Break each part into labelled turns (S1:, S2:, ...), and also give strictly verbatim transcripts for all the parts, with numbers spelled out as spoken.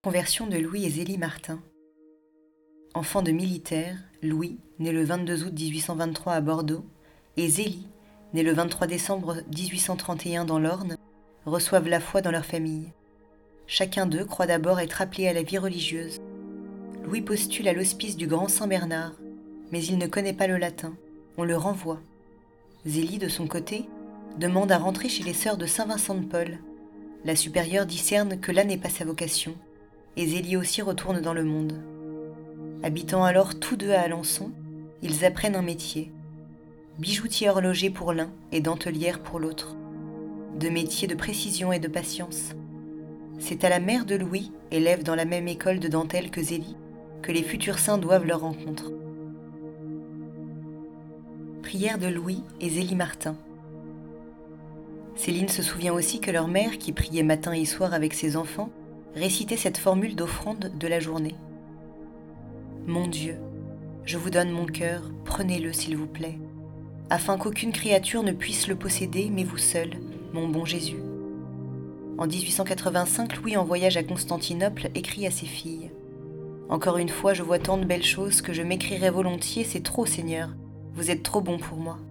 S1: Conversion de Louis et Zélie Martin. Enfant de militaire, Louis, né le vingt-deux août mille huit cent vingt-trois à Bordeaux, et Zélie, née le vingt-trois décembre mille huit cent trente et un dans l'Orne, reçoivent la foi dans leur famille. Chacun d'eux croit d'abord être appelé à la vie religieuse. Louis postule à l'hospice du Grand Saint Bernard, mais il ne connaît pas le latin, on le renvoie. Zélie, de son côté, demande à rentrer chez les sœurs de Saint Vincent de Paul. La supérieure discerne que là n'est pas sa vocation, et Zélie aussi retourne dans le monde. Habitant alors tous deux à Alençon, ils apprennent un métier. Bijoutier horloger pour l'un et dentelière pour l'autre. Deux métiers de précision et de patience. C'est à la mère de Louis, élève dans la même école de dentelle que Zélie, que les futurs saints doivent leur rencontre. Prière de Louis et Zélie Martin. Céline se souvient aussi que leur mère, qui priait matin et soir avec ses enfants, récitait cette formule d'offrande de la journée. Mon Dieu, je vous donne mon cœur, prenez-le s'il vous plaît, afin qu'aucune créature ne puisse le posséder, mais vous seul, mon bon Jésus. En dix-huit cent quatre-vingt-cinq, Louis, en voyage à Constantinople, écrit à ses filles. Encore une fois, je vois tant de belles choses que je m'écrirais volontiers, c'est trop, Seigneur, vous êtes trop bon pour moi.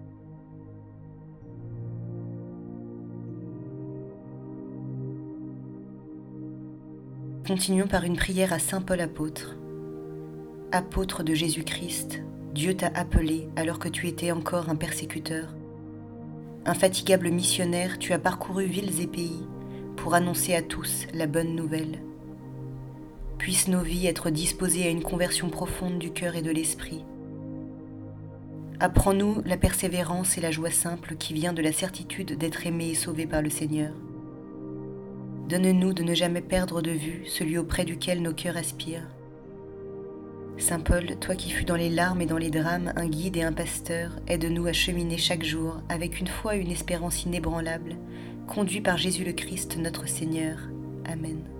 S1: Continuons par une prière à Saint Paul apôtre. Apôtre de Jésus-Christ, Dieu t'a appelé alors que tu étais encore un persécuteur. Infatigable missionnaire, tu as parcouru villes et pays pour annoncer à tous la bonne nouvelle. Puissent nos vies être disposées à une conversion profonde du cœur et de l'esprit. Apprends-nous la persévérance et la joie simple qui vient de la certitude d'être aimé et sauvé par le Seigneur. Donne-nous de ne jamais perdre de vue celui auprès duquel nos cœurs aspirent. Saint Paul, toi qui fus dans les larmes et dans les drames un guide et un pasteur, aide-nous à cheminer chaque jour avec une foi et une espérance inébranlables, conduits par Jésus le Christ notre Seigneur. Amen.